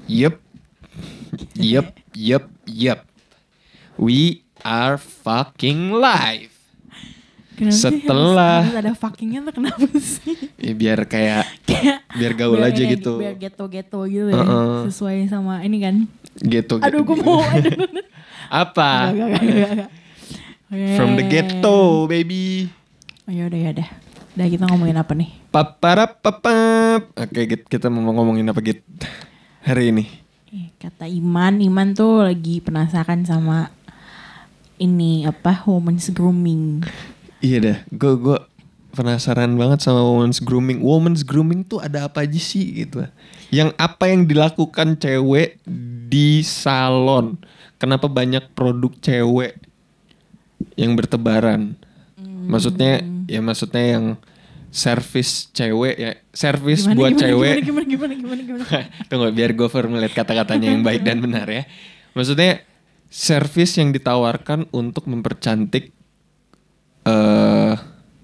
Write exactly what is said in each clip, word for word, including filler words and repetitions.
Yup. Yup, yup, yup. We are fucking live. Kenapa Setelah sih harus, harus ada fuckingnya tuh kenapa sih? Ya biar kayak Kayak biar gaul biar aja kayak gitu. Biar geto-geto gitu ya. Uh-uh. Sesuai sama ini kan. Gitu. Aduh gue mau. Apa? Gak, gak, gak, gak. From the ghetto, baby. Oh yaudah yaudah. Udah kita ngomongin apa nih? Paparapapap. Oke, Git, kita mau ngomongin apa Git hari ini? Eh, Kata Iman, Iman tuh lagi penasaran sama ini apa women's grooming. Iya dah, gue gue penasaran banget sama women's grooming. Women's grooming tuh ada apa aja sih gitu? Yang apa yang dilakukan cewek di salon? Kenapa banyak produk cewek yang bertebaran? Hmm. Maksudnya, ya maksudnya yang servis cewek ya, servis buat gimana, cewek. Gimana gimana gimana gimana. gimana. Tunggu, biar gue formulate kata-katanya yang baik dan benar ya. Maksudnya servis yang ditawarkan untuk mempercantik Uh,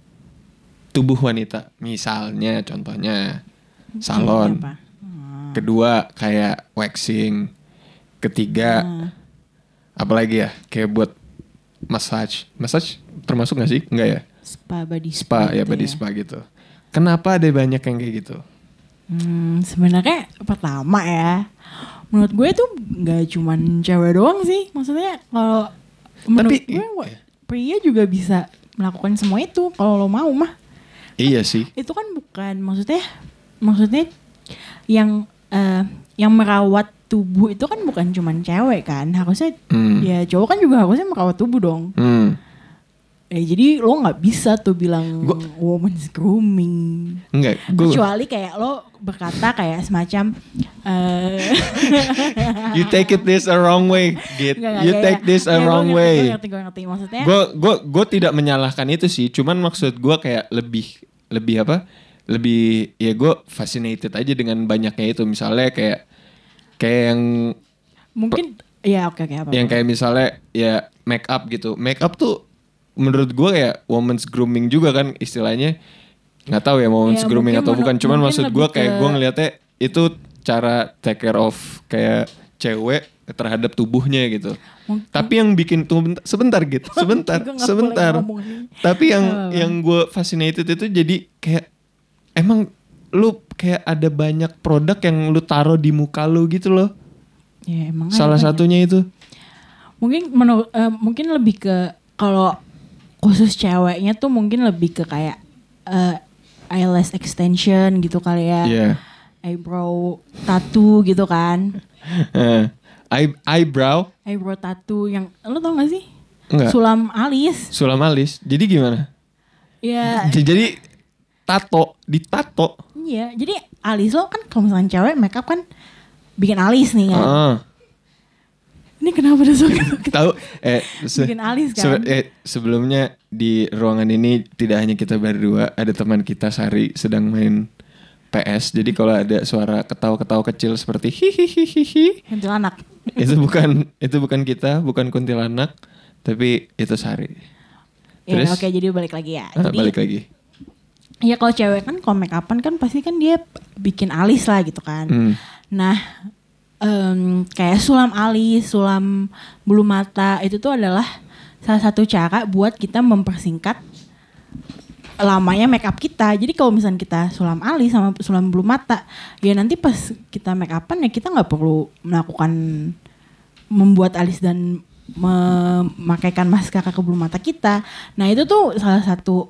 tubuh wanita, misalnya contohnya salon, hmm. kedua kayak waxing, ketiga hmm. apalagi ya kayak buat massage, massage termasuk nggak sih? Enggak ya? Spa, body spa, spa ya gitu body ya. Spa gitu. Kenapa ada banyak yang kayak gitu? Hmm, sebenarnya pertama ya, menurut gue tuh nggak cuman cewek doang sih, maksudnya kalau menurut tapi gue iya. Pria juga bisa melakukan semua itu kalau lo mau mah. Iya sih. Itu kan bukan maksudnya maksudnya yang uh, yang merawat tubuh itu kan bukan cuman cewek kan, harusnya hmm. ya cowok kan juga harusnya merawat tubuh dong. Hmm. Ya, jadi lo nggak bisa tuh bilang gua, women's grooming. Enggak. Gua, kecuali kayak lo berkata kayak semacam uh, you take it this a wrong way, Git. Enggak, you take this a wrong gue way. Gue ngerti, gue ngerti maksudnya. Gue gue gue tidak menyalahkan itu sih, cuman maksud gue kayak lebih lebih apa? Lebih ya gue fascinated aja dengan banyaknya itu. Misalnya kayak kayak yang mungkin ya oke oke apa. Yang kayak misalnya ya make up gitu. Make up tuh menurut gue kayak women's grooming juga kan istilahnya. Nggak tahu ya women's ya, grooming atau bukan, cuman maksud gue kayak ke... gue ngeliatnya itu cara take care of kayak cewek terhadap tubuhnya gitu. Mungkin. Tapi yang bikin tuh sebentar gitu, sebentar, sebentar. Tapi yang oh. yang gue fascinated itu jadi kayak emang lu kayak ada banyak produk yang lu taruh di muka lu gitu loh. Ya emang. Salah satunya itu. Mungkin menurut uh, mungkin lebih ke kalau khusus ceweknya tuh mungkin lebih ke kayak uh, eyelash extension gitu kali ya. Yeah. Eyebrow tattoo gitu kan. uh, eye, eyebrow? Eyebrow tattoo yang lo tau gak sih? Enggak. Sulam alis. Sulam alis. Jadi gimana? Ya. Jadi tato, ditato. Iya, jadi alis lo kan kalau misalnya cewek makeup kan bikin alis nih kan. Uh. Ini kenapa udah suka tahu eh se- bikin alis kan? Se- eh, sebelumnya di ruangan ini tidak hanya kita berdua, ada teman kita Sari sedang main P S. Jadi kalau ada suara ketawa-ketawa kecil seperti hihihihihi, kuntilanak. Itu bukan itu bukan kita, bukan kuntilanak, tapi itu Sari. Terus, ya oke, jadi balik lagi ya. Ah, jadi, balik lagi. Ya kalau cewek kan kalau make upan kan pasti kan dia bikin alis lah gitu kan. Hmm. Nah, Um, kayak sulam alis, sulam bulu mata itu tuh adalah salah satu cara buat kita mempersingkat lamanya make up kita. Jadi kalau misalnya kita sulam alis sama sulam bulu mata, ya nanti pas kita make upan ya kita nggak perlu melakukan membuat alis dan memakaikan maskara ke bulu mata kita. Nah itu tuh salah satu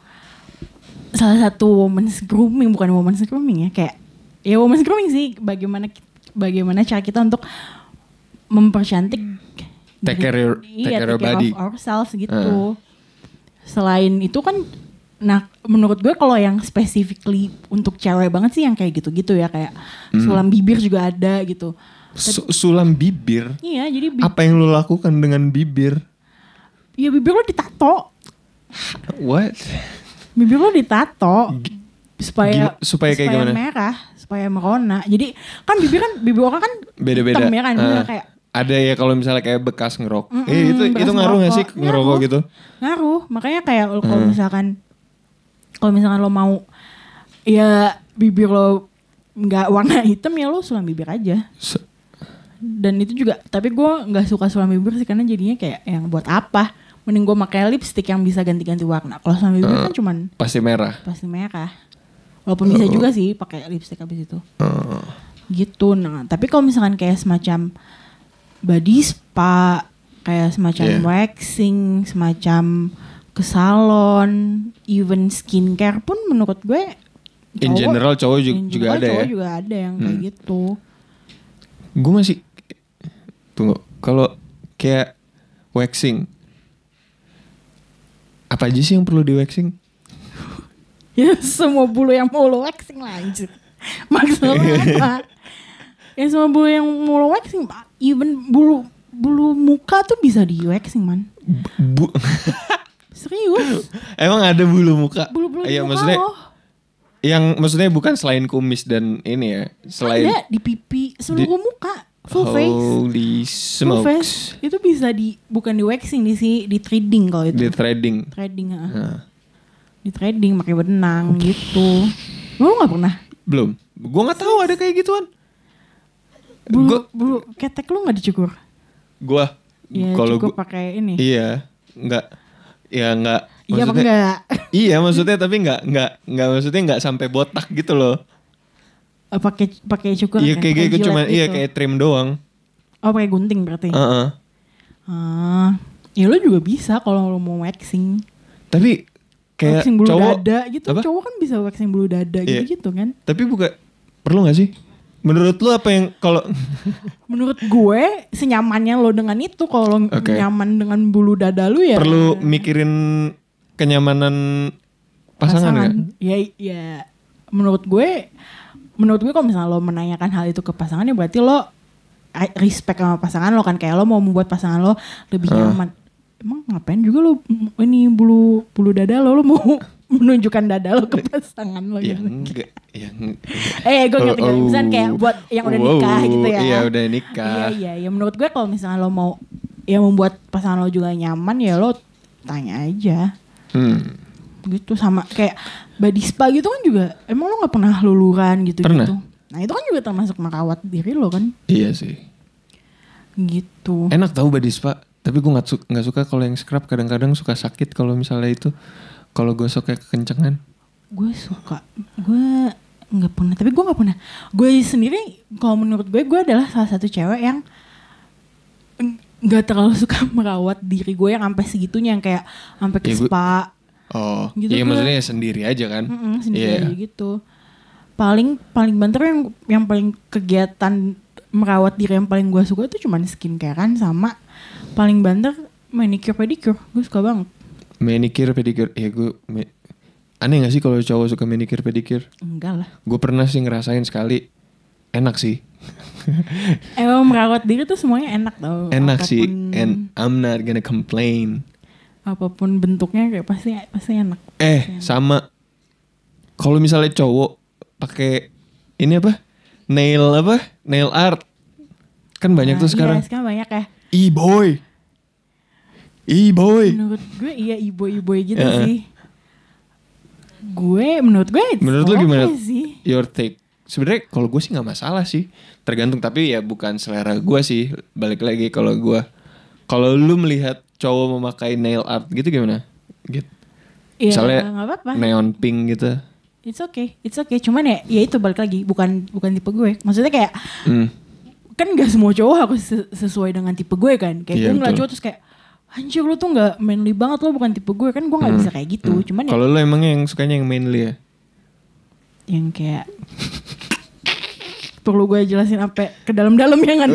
salah satu women's grooming, bukan women's grooming ya, kayak ya women's grooming sih, bagaimana kita bagaimana cara kita untuk mempercantik take care your, take iya, care take care body of ourselves gitu. Uh. Selain itu kan, nah menurut gue kalau yang specifically untuk cewek banget sih yang kayak gitu-gitu ya, kayak hmm. sulam bibir juga ada gitu. Su- sulam bibir? Iya, jadi bi- apa yang lo lakukan dengan bibir? Ya bibir lo ditato. What? Bibir lo ditato G- supaya G- supaya kayak supaya gimana? merah. Supaya merona. Jadi kan bibir kan bibir orang kan beda-beda. Hitam ya kan, uh, kayak ada ya kalau misalnya kayak bekas ngerok. Mm-mm, eh itu itu ngaruh nggak sih ngerokok gitu? Ngaruh. Makanya kayak kalau uh. misalkan kalau misalkan lo mau ya bibir lo nggak warna hitam ya lo sulam bibir aja. So, dan itu juga, tapi gue nggak suka sulam bibir sih karena jadinya kayak yang buat apa? Mending gue pakai lipstick yang bisa ganti-ganti warna. Kalau sulam bibir uh, kan cuman pasti merah. Pasti merah. Walaupun bisa uh, juga sih pakai lipstick habis itu. Uh. Gitu. Nah, tapi kalau misalkan kayak semacam body spa, kayak semacam yeah. waxing, semacam ke salon, even skincare pun menurut gue cowok, in general cowok juga, in juga general ada cowok ya. juga ada yang hmm. kayak gitu. Gue masih tunggu, kalau kayak waxing, apa aja sih yang perlu di waxing? Ya semua bulu yang mau lo waxing lanjut. Maksudnya apa? Ya semua bulu yang mau lo waxing, even bulu bulu muka tuh bisa di waxing man. Bu Serius? Emang ada bulu muka? Bulu-bulu ya, muka maksudnya, loh. Yang maksudnya bukan selain kumis dan ini ya, selain ada di pipi, seluruh di, muka, full face. Holy smokes. Full face. Itu bisa di bukan di waxing di sih, di threading kalau itu. Di threading. Threading, heeh. Nah. Di threading pakai benang gitu. Lu enggak pernah? Belum. Gua enggak tahu ada kayak gituan. Bulu, gua, bulu ketek lu enggak dicukur? Gua ya, kalau cukur pakai ini. Iya, enggak. Ya enggak. Iya apa enggak? Iya maksudnya tapi enggak enggak enggak maksudnya enggak sampai botak gitu loh. Pakai pakai cukur iya, kayak, kayak gitu cuma gitu. Iya kayak trim doang. Oh pakai gunting berarti. Heeh. Uh-uh. Ah, ya lo juga bisa kalau lo mau waxing. Tapi kayak waxing bulu cowok, dada gitu. Apa? Cowok kan bisa waxing bulu dada iya. gitu-gitu kan. Tapi bukan perlu enggak sih? Menurut lo apa yang kalau menurut gue senyamannya lo dengan itu, kalau okay. nyaman dengan bulu dada lo ya perlu mikirin kenyamanan pasangan, pasangan. Ya? Ya, ya menurut gue menurut gue kalau misalnya lo menanyakan hal itu ke pasangan ya berarti lo respect sama pasangan lo kan, kayak lo mau membuat pasangan lo lebih uh. nyaman. Emang ngapain juga lo ini bulu bulu dada lo lo mau menunjukkan dada lo ke pasangan lo ya, gitu. Enggak, ya enggak. Eh gue ngerti oh, misalnya kayak buat yang udah nikah wow, gitu ya. Iya udah nikah. Iya iya ya menurut gue kalau misalnya lo mau ya membuat pasangan lo juga nyaman ya lo tanya aja. Hmm. Gitu sama kayak body spa gitu kan juga emang lo nggak pernah luluran gitu pernah. gitu. Nah itu kan juga termasuk merawat diri lo kan. Iya sih. Gitu. Enak tahu body spa. Tapi gue nggak su- nggak suka kalau yang scrub, kadang-kadang suka sakit kalau misalnya itu. Kalau gosok kayak kekencengan. Gue suka. Gue gak pernah. Tapi gue gak pernah. Gue sendiri kalau menurut gue, gue adalah salah satu cewek yang gak terlalu suka merawat diri gue yang sampai segitunya. Yang kayak sampai ke ya, spa. Oh gitu iya maksudnya ya sendiri aja kan. Sendiri yeah. aja gitu. Paling paling banter yang, yang paling kegiatan merawat diri yang paling gue suka itu cuma skincarean sama paling banter manicure pedicure. Gue suka banget. Manicure pedicure, ya gue me, aneh gak sih kalau cowok suka manicure pedicure? Enggak lah. Gue pernah sih ngerasain sekali, enak sih. Emang merawat diri tuh semuanya enak tau. Enak apapun, sih, and I'm not gonna complain. Apapun bentuknya kayak pasti pasti enak. Eh pasti enak. sama, kalau misalnya cowok pakai ini apa, nail apa, nail art, kan banyak nah, tuh sekarang. Iya sekarang banyak ya. E-boy. E-boy. Menurut gue iya e-boy-e-boy gitu uh-uh. sih. Gue menurut gue menurut lu gimana sih? Your take. Sebenarnya kalau gue sih nggak masalah sih. Tergantung tapi ya bukan selera gue sih. Balik lagi kalau gue. Kalau lu melihat cowok memakai nail art gitu gimana? Gitu. Ya, misalnya apa-apa. Neon pink gitu. It's okay, it's okay. Cuman ya, ya itu balik lagi bukan bukan tipe gue. Maksudnya kayak hmm. kan nggak semua cowok harus sesuai dengan tipe gue kan. Kayak yeah, gue ngeliat cowok terus kayak anjir lu tuh gak manly banget, lo bukan tipe gue. Kan gue gak hmm. bisa kayak gitu hmm. Cuman kalau ya, lu emangnya yang sukanya yang manly ya? Yang kayak perlu gue jelasin apa ke dalam-dalam ya kan?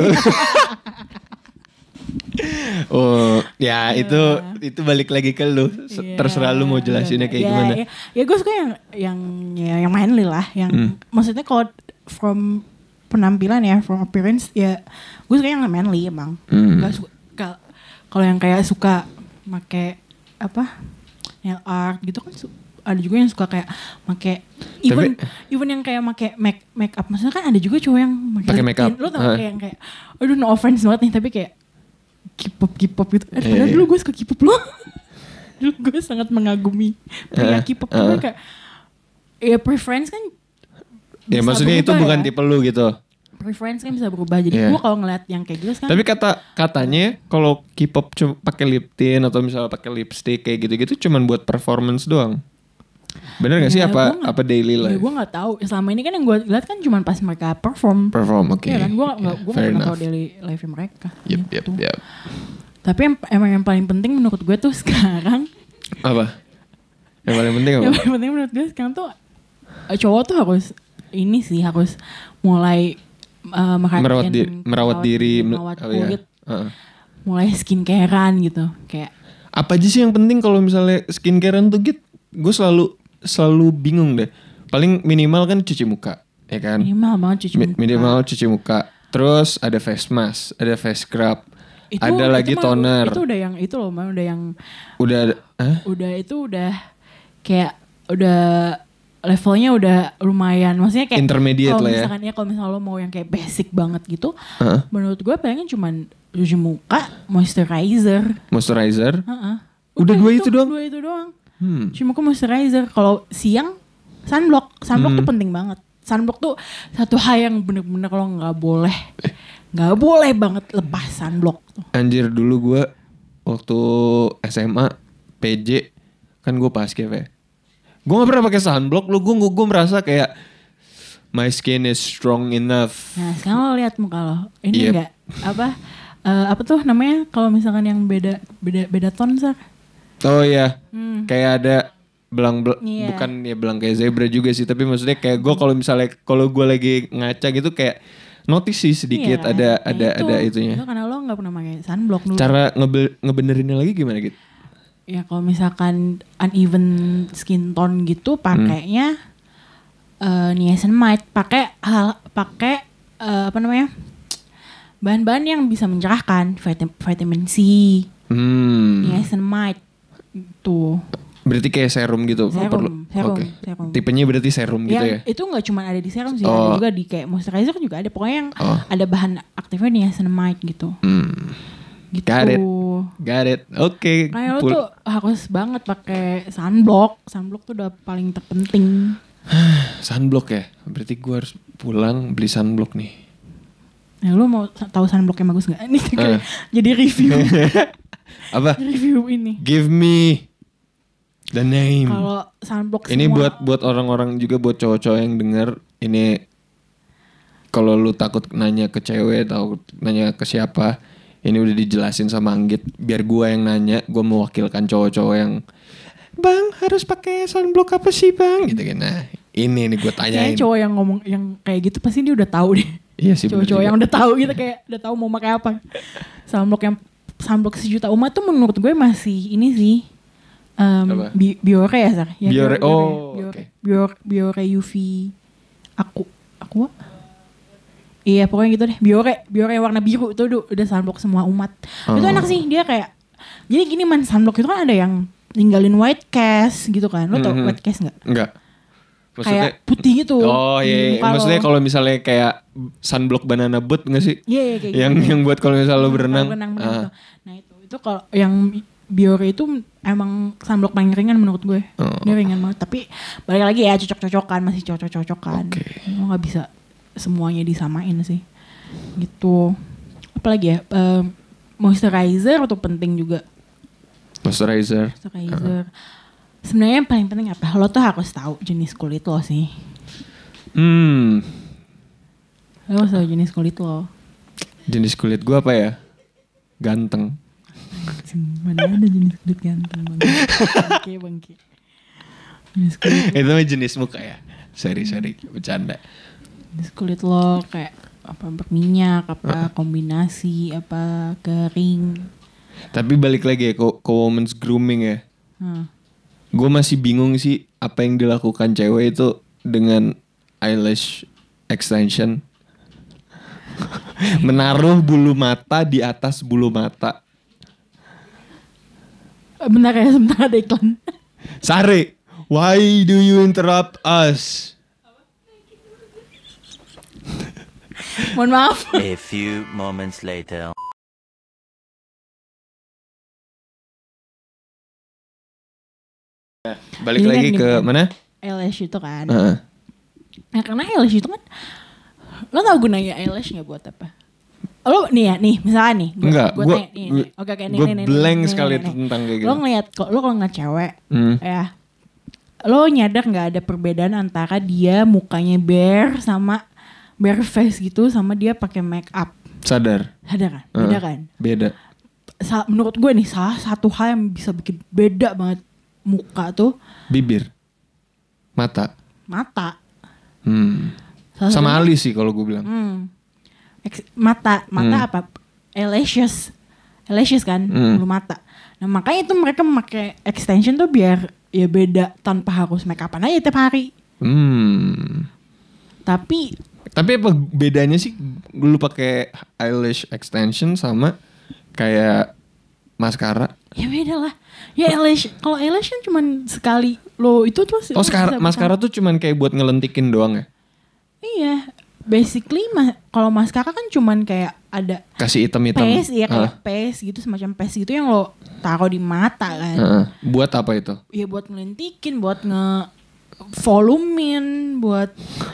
Oh ya itu itu balik lagi ke lu. Yeah, terserah lu mau jelasinnya kayak yeah, gimana. Ya, ya gue suka yang yang ya, yang manly lah. Yang hmm. maksudnya kalau from penampilan ya, from appearance ya gue suka yang manly emang. Hmm. Gak suka kalau yang kayak suka make apa nail art gitu kan su- ada juga yang suka kayak make even tapi, even yang kayak make make make up, maksudnya kan ada juga cowok yang pakai make up lo tau uh. kayak yang kayak aduh no offense banget nih tapi kayak K-pop K-pop gitu. Eh, padahal yeah. dulu gue suka K-pop loh. Dulu gue sangat mengagumi pria uh, K-pop uh. Kayak ya preference kan Ya maksudnya itu bukan ya. Tipe lu gitu. Preference kan bisa berubah. Jadi yeah. gue kalau ngeliat yang kayak gitu kan. Tapi kata katanya kalau K-pop cuma pakai lip tint atau misalnya pakai lipstick kayak gitu-gitu cuman buat performance doang. Bener gak ya, sih apa gak, apa daily life? Ya gue nggak tahu. Selama ini kan yang gue lihat kan cuma pas mereka perform. Perform, oke. Okay. Ya kan gue nggak yeah, gue nggak tahu daily life mereka. Yep, gitu. yep, yep. Tapi yang, emang yang paling penting menurut gue tuh sekarang. Apa? Yang paling penting apa? Yang paling penting menurut gue sekarang tuh cowok tuh harus ini sih harus mulai uh, merawat, di, merawat diri, merawat kulit, oh, iya. uh-uh. mulai skincarean gitu kayak. Apa aja sih yang penting kalau misalnya skincarean tuh gitu? Gue selalu selalu bingung deh. Paling minimal kan cuci muka, ya kan? Minimal banget cuci muka. Minimal cuci muka. Terus ada face mask, ada face scrub, itu, ada lagi itu toner. Mah, itu udah yang itu loh, man, udah yang. Udah, huh? Udah itu udah kayak udah levelnya udah lumayan, maksudnya kayak intermediate lah ya. Kalau misalkan ya kalau misalnya lo mau yang kayak basic banget gitu, uh-huh. menurut gue pengen cuman cuci muka, moisturizer. Moisturizer? Uh-uh. Udah, udah dua itu, itu doang. Dua itu doang. Hmm. Cuma ke moisturizer. Kalau siang sunblock, sunblock hmm. tuh penting banget. Sunblock tuh satu hal yang bener-bener lo nggak boleh, nggak boleh banget lepas sunblock. Tuh. Anjir dulu gue waktu S M A P J kan gue basket ya. Gue nggak pernah pakai sunblock. Lu gue gue merasa kayak my skin is strong enough. Nah sekarang lo lihat muka lo. Ini yep. enggak apa uh, apa tuh namanya kalau misalkan yang beda beda beda ton sar. Oh iya, hmm. kayak ada belang, belang yeah. bukan ya belang kayak zebra juga sih, tapi maksudnya kayak gue kalau misalnya kalau gue lagi ngaca gitu kayak notice sih sedikit yeah, ada kan? ada itu, ada itunya. Itu karena lo nggak pernah pakai sunblock dulu. Cara ngebe- ngebenerinnya lagi gimana gitu? Ya kalau misalkan uneven skin tone gitu pakainya hmm. uh, niacinamide, pakai hal pakai uh, apa namanya bahan-bahan yang bisa mencerahkan, vitamin, vitamin C, hmm. niacinamide. Tuh. Berarti kayak serum gitu. Serum, perlu. serum, Okay. serum. Tipenya berarti serum gitu yang ya. Itu nggak cuma ada di serum sih, oh. ada juga di kayak moisturizer juga ada. Pokoknya yang oh. ada bahan aktifnya niacinamide gitu. Hmm. Gitu. Got it. Got it. Oke. Okay. Kayak lo tuh harus banget pakai sunblock. Sunblock tuh udah paling terpenting. Sunblock ya. Berarti gue harus pulang beli sunblock nih. Ya lo mau tahu sunblock yang bagus nggak? Ini uh. jadi review. Apa? Review ini. Give me the name. Kalau sunblock ini semua. buat buat orang-orang juga buat cowok-cowok yang denger ini. Kalau lu takut nanya ke cewek atau nanya ke siapa, ini udah dijelasin sama Anggit. Biar gua yang nanya, gua mewakilkan cowok-cowok yang Bang harus pakai sunblock apa sih bang? Gitu kan. Nah ini nih gua tanyain. Kayaknya cowok yang ngomong yang kayak gitu pasti dia udah tahu deh. Iya sih. Cowok-cowok yang udah tahu gitu kayak udah tahu mau pakai apa. Sunblock yang sunblock sejuta umat tuh menurut gue masih ini sih um, bi- Biore ya Sar? Ya, Biore, Biore, oh Biore, okay. Biore, Biore U V aku aku iya pokoknya gitu deh. Biore Biore warna biru itu udah, udah sunblock semua umat. Oh. Itu enak sih dia kayak jadi gini man, sunblock itu kan ada yang ninggalin white cast gitu kan. Lo tau mm-hmm. white cast gak? Enggak. Maksudnya, kayak putih gitu. Oh iya, iya. Maksudnya kalau misalnya kayak sunblock banana boat nggak sih? Iya, yeah, kayak yang, gitu. Yang buat kalau misalnya lo berenang. berenang, berenang ah. Nah itu, itu kalau yang Biore itu emang sunblock paling ringan menurut gue. Oh. Dia ringan banget. Tapi balik lagi ya cocok-cocokan, masih cocok-cocokan. Okay. Lo nggak bisa semuanya disamain sih. Gitu. Apalagi ya, uh, moisturizer atau penting juga. Moisturizer. Moisturizer. Uh. Sebenarnya yang paling penting apa? Lo tuh harus tahu jenis kulit lo sih. Hmm. Lo harus tahu jenis kulit lo. Jenis kulit gue apa ya? Ganteng. Mana ada jenis kulit ganteng bang? Bangke bangke. Jenis kulit. Itu mah jenis muka ya. Sorry sorry bercanda. Jenis kulit lo kayak apa berminyak, apa kombinasi, apa kering. Tapi balik lagi ya ke, ke women's grooming ya. Hmm. Gue masih bingung sih apa yang dilakukan cewek itu dengan eyelash extension. Menaruh bulu mata di atas bulu mata. Bentar ya, sebentar ada iklan. Sari, why do you interrupt us? Mohon maaf. A few moments later. Balik Ini lagi kan ke mana? Eyelash itu kan. Uh-uh. Nah karena eyelash itu kan, lo tau gunanya eyelash nggak buat apa? Lo nih ya, nih misalnya nih. Gua, Enggak, gua, gue oke oke nih, gue nih, nih, blank nih, sekali nih, nih. tentang kayak gitu. Lo ngeliat, kok lo kalau ngeliat cewek, Hmm. ya, lo nyadar nggak ada perbedaan antara dia mukanya bare sama bare face gitu, sama dia pakai make up. Sadar. Sadar kan? Beda Uh, kan? Beda. Sa- menurut gue nih salah satu hal yang bisa bikin beda banget muka tuh Bibir, mata. mata. Hmm. Salah Sama satunya- alis sih kalau gue bilang. Hmm. Ex- mata, mata Hmm. apa? Eyelashes, eyelashes kan, Hmm. bulu mata. Nah makanya itu mereka memakai extension tuh biar ya beda tanpa harus make upan aja tiap hari. Hmm. Tapi Tapi apa bedanya sih lu pakai eyelash extension sama kayak maskara? ya beda lah. Ya eyelash, kalau eyelash kan cuman sekali lo itu tuh. Oh, skara, maskara tuh cuman kayak buat ngelentikin doang ya? Iya, basically ma- kalau maskara kan cuman kayak ada Kasih hitam-hitam. paste, ya kayak Ah, paste gitu, semacam paste gitu yang lo taruh di mata kan. ah, ah. Buat apa itu? Ya buat ngelentikin, buat nge volumin, buat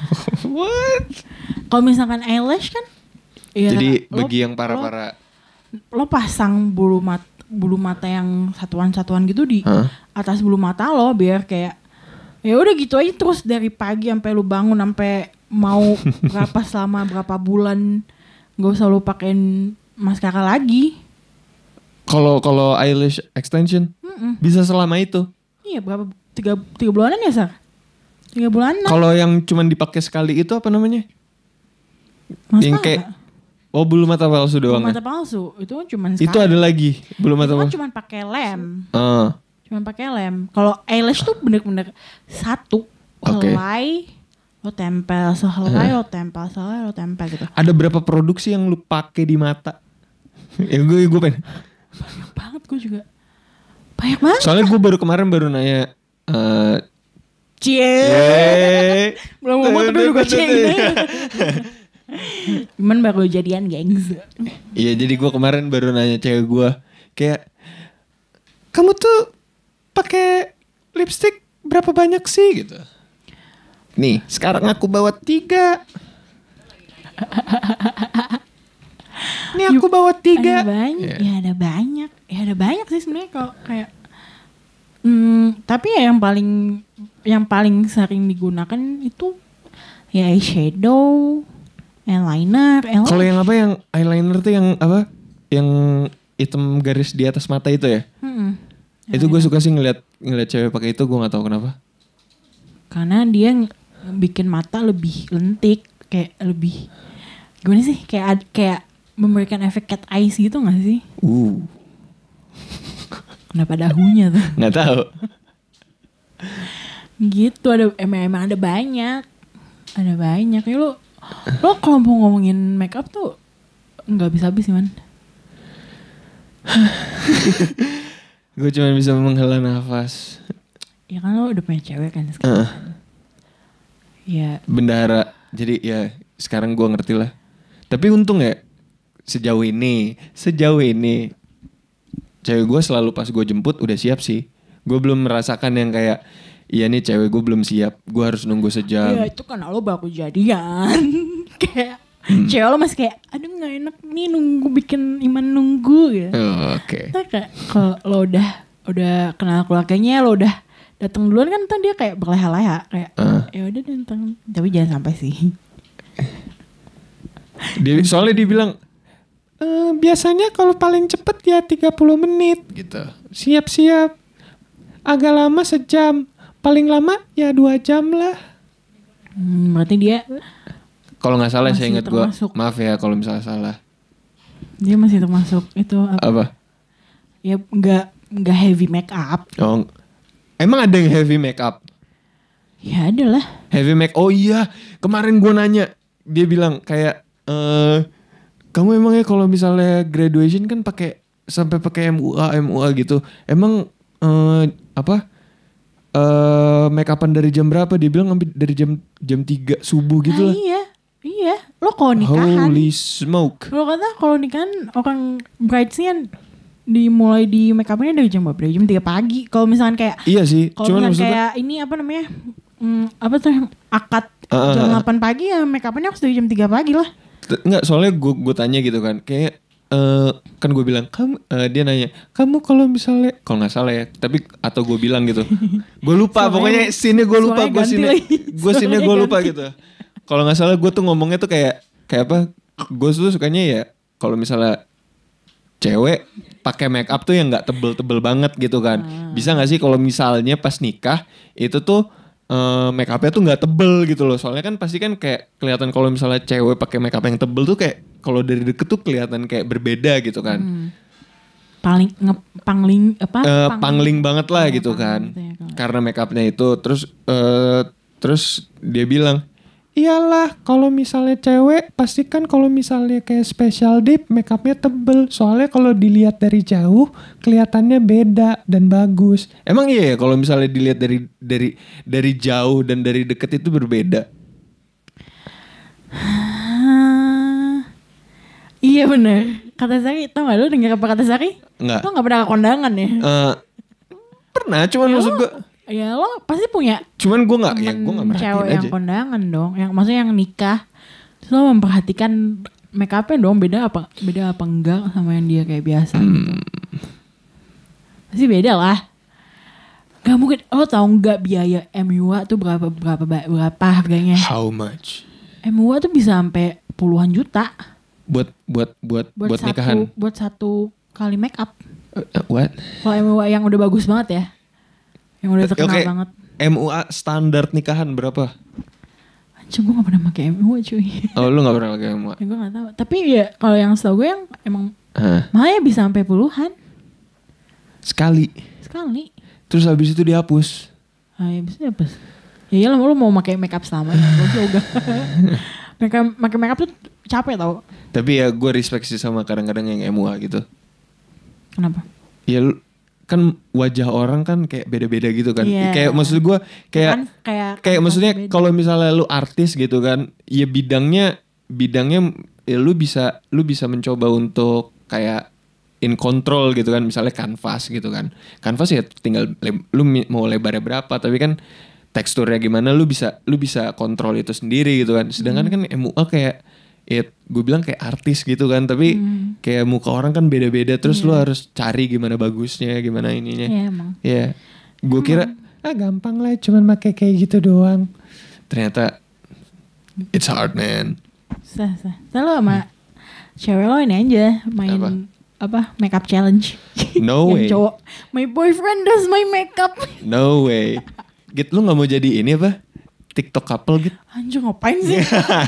What? kalau misalkan eyelash kan ya Jadi lo- bagi yang para-para lo, lo pasang bulu mat bulu mata yang satuan-satuan gitu di Hah? atas bulu mata lo biar kayak ya udah gitu aja terus dari pagi sampai lu bangun sampai mau berapa selama berapa bulan nggak usah lu pakein maskara lagi. Kalau kalau eyelash extension Mm-mm. bisa selama itu. Iya berapa tiga tiga bulanan ya Sar? Tiga bulanan. Kalau yang cuman dipakai sekali itu apa namanya? Maskara. Yang kayak oh bulu mata palsu Bulu doang. mata Ya? palsu itu kan cuma Itu ada lagi bulu mata itu kan palsu. cuma pakai lem. Ah, Cuma pakai lem. Kalau eyelash tuh bener-bener satu Oke. helai lo tempel, sehelai lo tempel, sehelai lo tempel gitu. ada berapa produksi yang lu pakai di mata? ya gue gue pengen. Banyak banget gue juga. Banyak banget. Soalnya gue baru kemarin baru nanya. eh Cie. Yeay. Belum ngomong tapi udah gue cie. Cuman baru jadian gengs. Iya jadi gue kemarin baru nanya cewek gue kayak kamu tuh pakai lipstick berapa banyak sih gitu. Nih sekarang aku bawa tiga. Nih aku bawa tiga. Ada banyak, Iya. ya ada banyak, ya ada banyak sih sebenarnya kalau kayak. Hmm, tapi ya yang paling yang paling sering digunakan itu ya eyeshadow, eyeliner, eyeliner. Kalau yang apa yang eyeliner tuh yang apa? Yang hitam garis di atas mata itu ya? Mm-mm. Itu gue suka sih ngeliat ngeliat cewek pakai itu, gue nggak tahu kenapa. Karena dia ng- bikin mata lebih lentik, kayak lebih gimana sih? Kayak ad- kayak memberikan efek cat eyes gitu nggak sih? Uh, Kenapa dahunya tuh? nggak tahu. Gitu ada emang, emang ada banyak, ada banyak. Ya lo lo kalau mau ngomongin makeup tuh nggak bisa habis sih man. Gue cuma bisa menghela nafas. Ya kan lo udah punya cewek kan sekarang. Uh, Ya bendahara. Jadi ya sekarang gue ngerti lah. Tapi untung ya sejauh ini, sejauh ini cewek gue selalu pas gue jemput udah siap sih. Gue belum merasakan yang kayak iya nih cewek gue belum siap, gue harus nunggu sejam. ya itu karena lo baru jadian. Kayak Hmm. cewek lo masih kayak aduh nggak enak nih nunggu bikin Iman nunggu gitu. Oh, Oke. Nah, kayak kalau lo udah udah kenal keluarganya, lo udah datang duluan kan ntar dia kayak berleha-leha kayak Uh. ya udah datang tapi jangan sampai sih. Dia soalnya dia bilang "Eh, biasanya kalau paling cepet ya tiga puluh menit gitu. Siap-siap. Agak lama sejam, paling lama ya dua jam lah. Hmm, berarti dia Kalau nggak salah saya Masih ingat gue, termasuk. maaf ya kalau misalnya salah. dia masih termasuk itu apa? Apa? Ya nggak nggak heavy make up. Oh, emang ada yang heavy makeup? Ya ada lah. Heavy make, oh iya kemarin gue nanya, dia bilang kayak eh kamu emangnya kalau misalnya graduation kan pakai sampai pakai M U A M U A gitu, emang eh apa eh make upan dari jam berapa? Dia bilang ambil dari jam jam tiga subuh gitu Ah, lah. iya, iya. Lo kalau nikahan, Holy smoke. lo kata kalau nikahan orang bridesnya dimulai di make upnya dari jam berapa? Dari jam tiga pagi. Kalau misalkan kayak Iya sih, kalau cuman misalkan maksudnya kayak ini apa namanya? Hmm, apa tuh akad Uh, jam delapan pagi ya make up-nya harus dari jam tiga pagi lah. Enggak, soalnya gue gue tanya gitu kan, kayak uh, kan gue bilang kamu, uh, dia nanya kamu kalau misalnya, kalau nggak salah ya, tapi atau gue bilang gitu, gue lupa pokoknya sini gue lupa gue sini gue sini gue lupa gitu. Kalau nggak salah gue tuh ngomongnya tuh kayak kayak apa? Gue tuh sukanya ya kalau misalnya cewek pakai make up tuh yang nggak tebel-tebel banget gitu kan. Hmm. Bisa nggak sih kalau misalnya pas nikah itu tuh Uh, make up-nya tuh nggak tebel gitu loh. Soalnya kan pasti kan kayak kelihatan kalau misalnya cewek pakai make up yang tebel tuh kayak kalau dari deket tuh kelihatan kayak berbeda gitu kan. Hmm. Paling ngepangling apa? Uh, pang, pangling banget lah gitu kan. Gitu ya, karena make up-nya itu terus uh, terus dia bilang, "Iyalah, kalau misalnya cewek pasti kan kalau misalnya kayak special dip make up-nya tebel. Soalnya kalau dilihat dari jauh kelihatannya beda dan bagus." Emang iya ya kalau misalnya dilihat dari dari dari jauh dan dari deket itu berbeda? Iya benar. Kata Sari, tau gak lu dengar apa kata Sari? Enggak. Lu gak pernah ke kondangan ya? Uh, pernah, cuman ya maksud gue ya lo pasti punya. Cuman gue nggak, ya gue nggak merhatiin cewek aja. Yang kondangan dong, yang maksudnya yang nikah, terus lo memperhatikan make upnya dong, beda apa, beda apa enggak sama yang dia kayak biasa hmm. gitu. Pasti beda lah. Gak mungkin. Lo tau nggak biaya M U A tuh berapa berapa berapa harganya? How much? M U A tuh bisa sampai puluhan juta. Buat buat buat buat, buat satu, nikahan. Buat satu kali make up. Uh, what? Kalau M U A yang udah bagus banget ya. Yang udah terkenal okay. banget. M U A standar nikahan berapa? Anjir, gue gak pernah pakai M U A cuy. Oh, lu gak pernah pakai M U A? Ya, gue gak tahu. Tapi ya kalau yang setahu gue yang emang huh? mahal ya bisa sampai puluhan. Sekali? Sekali. Terus habis itu dihapus? Ah ya bisa dihapus. Ya iyalah, lu mau pakai make up selama ini. Gue juga. Pakai make up tuh capek tau. Tapi ya gue respect sih sama kadang-kadang yang M U A gitu. Kenapa? Ya lu kan wajah orang kan kayak beda-beda gitu kan. Yeah. Kayak maksud gue kayak kan, kayak kayak kan maksudnya kalau misalnya lu artis gitu kan, ya bidangnya bidangnya ya lu bisa lu bisa mencoba untuk kayak in control gitu kan, misalnya kanvas gitu kan. Kanvas ya tinggal le- lu mau lebarnya berapa, tapi kan teksturnya gimana lu bisa lu bisa kontrol itu sendiri gitu kan. Sedangkan hmm. kan M U A kayak ya gue bilang kayak artis gitu kan, tapi hmm. kayak muka orang kan beda-beda, terus yeah. lu harus cari gimana bagusnya, gimana ininya. Iya yeah, emang. Ya, yeah. gue kira ah gampang lah, cuman pakai kayak gitu doang. Ternyata it's hard man. Sah sah. Selalu sama hmm. cewek lo ini aja main apa, apa makeup challenge. No way. Cowok, my boyfriend does my makeup. No way. Git, lu nggak mau jadi ini apa? TikTok couple gitu? Anjir ngapain sih?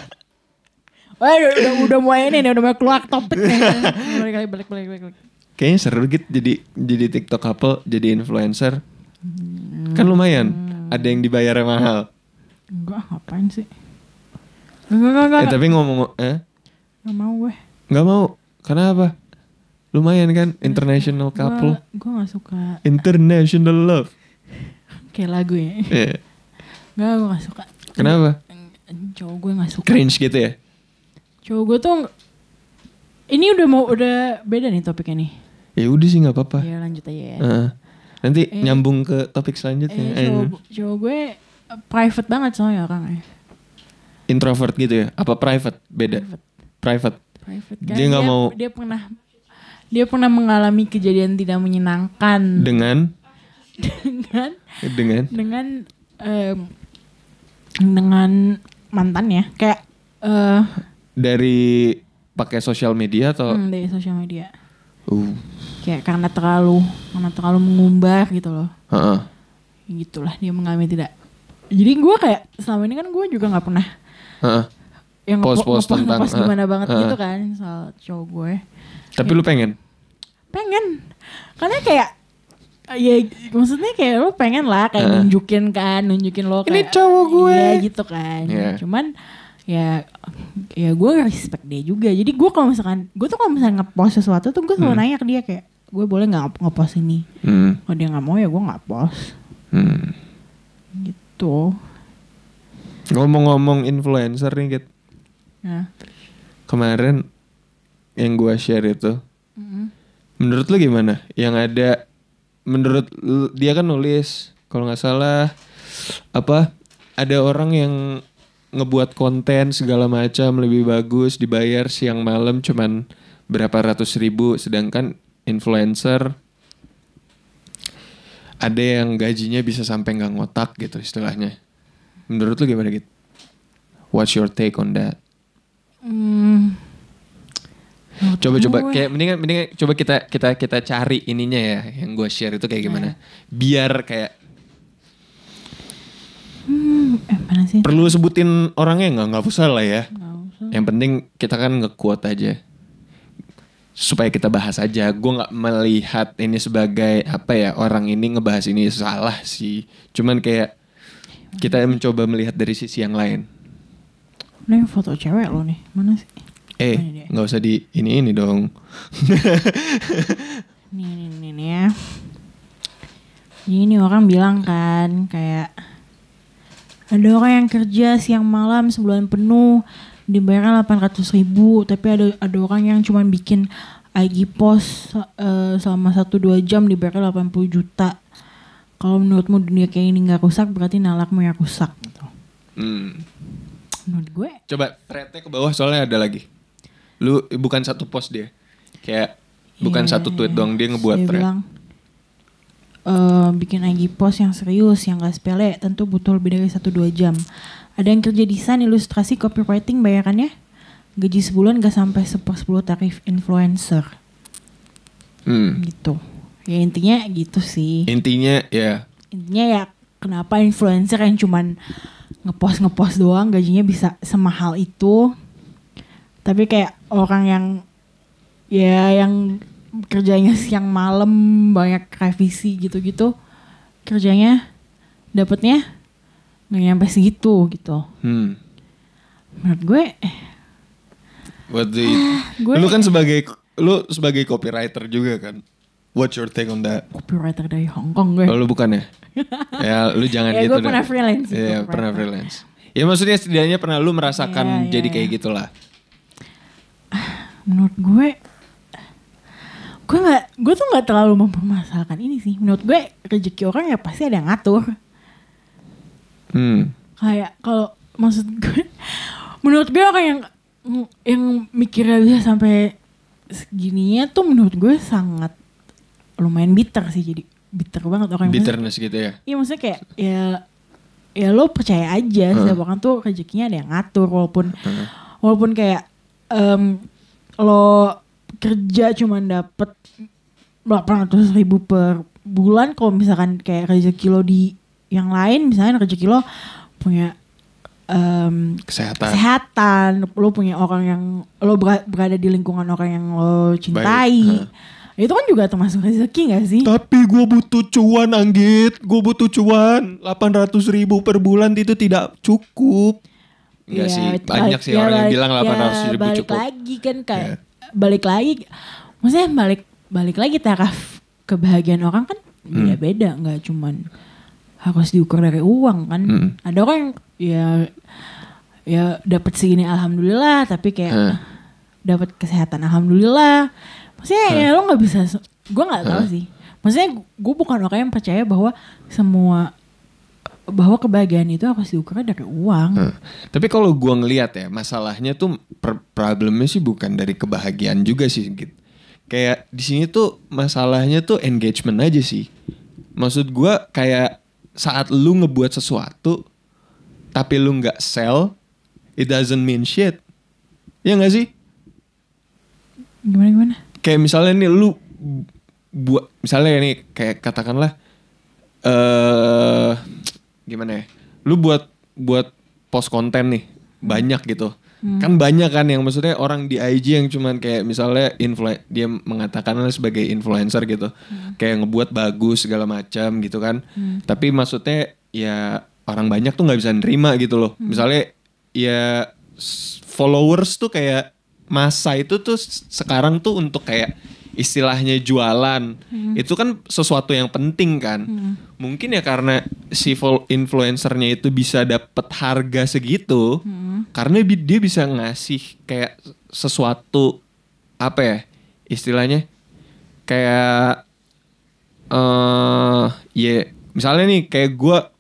Wah, udah, udah mulai ini nih, udah mulai keluar topik nih. Balik balik balik balik. Kayaknya seru gitu jadi jadi TikTok couple, jadi influencer. Hmm. Kan lumayan. Hmm. Ada yang dibayarnya mahal. Enggak, ngapain sih? Enggak, enggak, enggak. Eh, tapi ngomong eh? Enggak mau gue. Enggak mau. Kenapa? Lumayan kan international couple. Gue enggak suka. International love. Kayak lagu ya. Iya. Enggak, gue enggak suka. Kenapa? Cowok gue enggak suka. Cringe gitu ya? Cowok gue tuh ini udah mau udah beda nih topiknya nih. Ya udah sih nggak apa-apa. Ya lanjut aja ya. Uh, nanti eh, nyambung ke topik selanjutnya. Eh, cowok, cowok gue private banget soalnya orangnya. Introvert gitu ya? Apa private? Beda. Private. Private. Private. Kan dia nggak mau. Dia pernah dia pernah mengalami kejadian tidak menyenangkan. Dengan. dengan. Dengan. Dengan. Um, dengan mantannya kayak. Uh, dari pakai sosial media atau? Hmm, dari sosial media. Uh. Kayak karena terlalu, karena terlalu mengumbar gitu loh. Uh-uh. Gitulah dia mengalami tidak. Jadi gue kayak selama ini kan gue juga nggak pernah. Uh-uh. Yang post-post ngepost tentang ngepost gimana uh, banget uh, gitu kan soal cowok gue. Tapi ya, lu pengen? Pengen. Karena kayak ya maksudnya kayak lu pengen lah kayak uh. nunjukin kan, nunjukin lo kayak ini cowok gue. Iya gitu kan. Yeah. Cuman ya ya gue respect dia juga. Jadi gue kalau misalkan gue tuh kalau misalkan ngepost sesuatu tuh gue selalu hmm. nanya ke dia kayak gue boleh nggak ngepost ini. Hmm. Kalau dia nggak mau ya gue nggak post. Hmm. Gitu. Ngomong-ngomong influencer nih Git. Nah. Kemarin yang gue share itu, mm-hmm. menurut lu gimana? Yang ada, menurut lu, dia kan nulis kalau nggak salah apa? Ada orang yang ngebuat konten segala macam lebih bagus, dibayar siang malam cuman berapa ratus ribu, sedangkan influencer ada yang gajinya bisa sampai nggak ngotak gitu istilahnya. Menurut lu gimana gitu? What's your take on that? Hmm. Coba-coba kayak mendingan mendingan coba kita kita kita cari ininya ya, yang gue share itu kayak gimana? Biar kayak Hmm, eh mana sih? perlu sebutin orangnya nggak? Nggak usah lah ya. Nggak usah. Yang penting kita kan nge-quote aja supaya kita bahas aja. Gue nggak melihat ini sebagai apa ya, orang ini ngebahas ini salah sih. Cuman kayak kita mencoba melihat dari sisi yang lain. Ini foto cewek lo nih, mana sih? Eh, nggak usah di ini ini dong. Nih nih nih nih ya. Jadi ini orang bilang kan kayak ada orang yang kerja siang malam sebulan penuh dibayar delapan ratus ribu, tapi ada ada orang yang cuma bikin I G post uh, selama satu dua jam dibayar delapan puluh juta. Kalau menurutmu dunia kayak ini nggak rusak, berarti nalakmu yang rusak gitu. Hmm. Menurut gue. Coba thread-nya ke bawah soalnya ada lagi. Lu bukan satu post dia, kayak bukan Yeah, satu tweet doang, dia ngebuat dia thread. bilang, Uh, bikin I G post yang serius, yang gak sepele, tentu butuh lebih dari satu dua jam. Ada yang kerja desain, ilustrasi, copywriting, bayarannya gaji sebulan gak sampai sepersepuluh tarif influencer. Hmm. Gitu. Ya intinya gitu sih. Intinya ya. Intinya ya kenapa influencer yang cuman ngepost ngepost doang gajinya bisa semahal itu. Tapi kayak orang yang ya yang kerjanya siang malam banyak revisi gitu-gitu, kerjanya dapatnya nggak nyampe segitu gitu. Hmm. Menurut gue, eh, What do you, gue lu kan sebagai lu sebagai copywriter juga kan. What's your take on that? copywriter dari Hong Kong gue. Oh, lu bukan ya? Ya lu jangan Ya, gitu. gue pernah freelance. Iya, Gue pernah pernah. freelance. Ya maksudnya setidaknya pernah lu merasakan Ya, ya, jadi ya. kayak gitulah. Menurut gue, gue nggak, gue tuh nggak terlalu mempermasalahkan ini sih. Menurut gue rezeki orang ya pasti ada yang ngatur. Hmm. Kayak kalau maksud gue, menurut gue orang yang yang mikirnya bisa sampai segininya tuh menurut gue sangat lumayan bitter sih, jadi bitter banget orang. Bitterness gitu ya. Iya maksudnya kayak ya ya lo percaya aja Uh. setiap orang tuh rezekinya ada yang ngatur, walaupun Uh. walaupun kayak um, lo kerja cuma dapet delapan ratus ribu per bulan, kalau misalkan kayak rezeki lo di yang lain, misalnya rezeki lo punya um, Kesehatan. kesehatan, lo punya orang yang lo ber- berada di lingkungan orang yang lo cintai, itu kan juga termasuk rezeki gak sih? Tapi gue butuh cuan, Anggit. Gue butuh cuan. delapan ratus ribu per bulan itu tidak cukup. Enggak Ya, sih. itu Banyak balik- sih ya orang yang balik- bilang delapan ratus ya ribu balik cukup. lagi kan kayak Ya. balik lagi, maksudnya balik balik lagi taraf kebahagiaan orang kan beda-beda, nggak cuman harus diukur dari uang kan. Hmm. Ada orang yang ya ya dapat segini alhamdulillah, tapi kayak Hmm. dapat kesehatan alhamdulillah. Maksudnya ya lo nggak bisa, gue nggak tahu sih. Maksudnya gue bukan orang yang percaya bahwa semua bahwa kebahagiaan itu harus diukur dari uang. Hmm. Tapi kalau gua ngelihat ya, masalahnya tuh per- problemnya sih bukan dari kebahagiaan juga sih gitu. Kayak di sini tuh masalahnya tuh engagement aja sih. Maksud gua kayak saat lu ngebuat sesuatu tapi lu nggak sell, it doesn't mean shit. Ya nggak sih? Gimana gimana? Kayak misalnya nih lu buat, misalnya nih kayak katakanlah eh gimana ya, lu buat buat post konten nih banyak gitu. Hmm. Kan banyak kan yang maksudnya orang di I G yang cuman kayak misalnya influ- dia mengatakan sebagai influencer gitu. Hmm. Kayak ngebuat bagus segala macam gitu kan. Hmm. Tapi maksudnya ya orang banyak tuh nggak bisa nerima gitu loh. Hmm. Misalnya ya followers tuh kayak masa itu tuh sekarang tuh untuk kayak istilahnya jualan. Hmm. Itu kan sesuatu yang penting kan. Hmm. Mungkin ya karena si influencernya itu bisa dapat harga segitu. Hmm. Karena dia bisa ngasih kayak sesuatu apa ya istilahnya kayak uh, ya yeah, misalnya nih kayak gue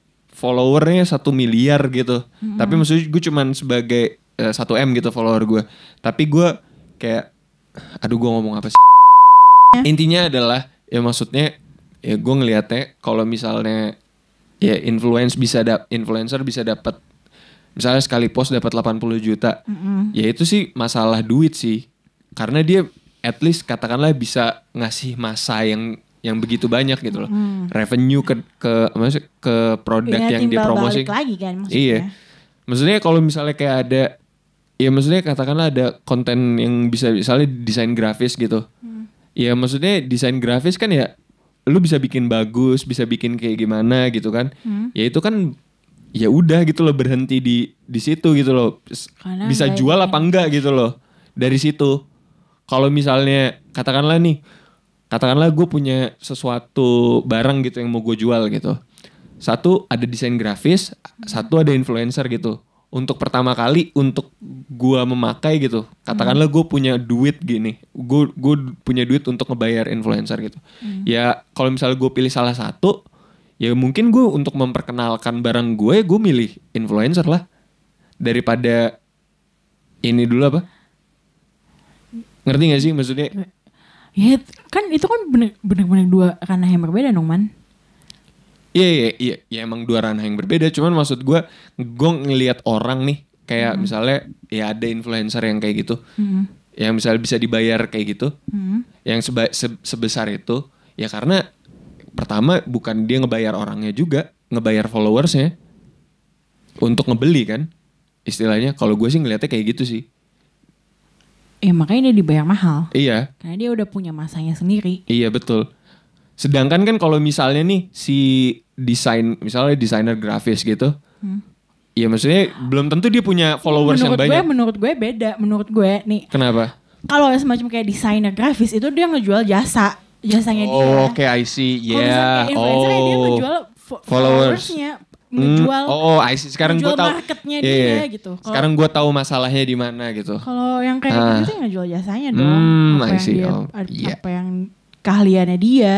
followernya satu miliar gitu. Mm-hmm. Tapi maksudnya gue cuman sebagai uh, satu M gitu follower gue. Tapi gue kayak, aduh gue ngomong apa sih? Intinya adalah, ya maksudnya, ya gue ngelihatnya kalau misalnya ya influence bisa dap, influencer bisa dapat, misalnya sekali post dapat delapan puluh juta, mm-hmm. ya itu sih masalah duit sih. Karena dia at least katakanlah bisa ngasih masa yang yang begitu banyak gitu loh. Hmm. Revenue ke ke maksud ke produk ya, yang dipromosi. Lagi kan maksudnya. Iya. Maksudnya kalau misalnya kayak ada, ya maksudnya katakanlah ada konten yang bisa misalnya desain grafis gitu. Hmm. Ya maksudnya desain grafis kan ya lu bisa bikin bagus, bisa bikin kayak gimana gitu kan. Hmm. Ya itu kan ya udah gitu loh, berhenti di di situ gitu loh. Karena bisa jual apa enggak gitu loh. Dari situ. Kalau misalnya katakanlah nih, katakanlah gue punya sesuatu barang gitu yang mau gue jual gitu. Satu ada desain grafis, hmm. satu ada influencer gitu. Untuk pertama kali untuk gue memakai gitu. Katakanlah gue punya duit gini, gue gue punya duit untuk ngebayar influencer gitu. Hmm. Ya kalau misalnya gue pilih salah satu, ya mungkin gue untuk memperkenalkan barang gue, gue milih influencer lah daripada ini dulu apa? Ngerti gak sih maksudnya? Ya kan itu kan bener-bener dua ranah yang berbeda dong man. Iya iya iya ya emang dua ranah yang berbeda. Cuman maksud gue, gue ngelihat orang nih kayak hmm. misalnya ya ada influencer yang kayak gitu, hmm. yang misalnya bisa dibayar kayak gitu, hmm. yang seba, se, sebesar itu, ya karena pertama bukan dia ngebayar orangnya juga, ngebayar followersnya untuk ngebeli kan, istilahnya. Kalau gue sih ngelihatnya kayak gitu sih. Ya makanya dia dibayar mahal. Iya. Karena dia udah punya masanya sendiri. Iya betul. Sedangkan kan kalau misalnya nih si desain, misalnya desainer grafis gitu, hmm. ya maksudnya belum tentu dia punya followers menurut yang banyak. Gue, menurut gue beda. Menurut gue nih. Kenapa? Kalau semacam kayak desainer grafis itu dia ngejual jasa, jasanya oh, dia. Oh oke, okay, I see. Yeah. Kalau misalnya influencer oh. dia ngejual fo- followersnya. Ngejual, mm, oh, I see. Sekarang gue tahu marketnya yeah, dia yeah. gitu. Kalo, sekarang gue tahu masalahnya di mana gitu. Kalau yang kayak ah. gitu ngejual jasanya dong. Mm, apa I yang see. dia, oh, yeah. apa yang keahliannya dia.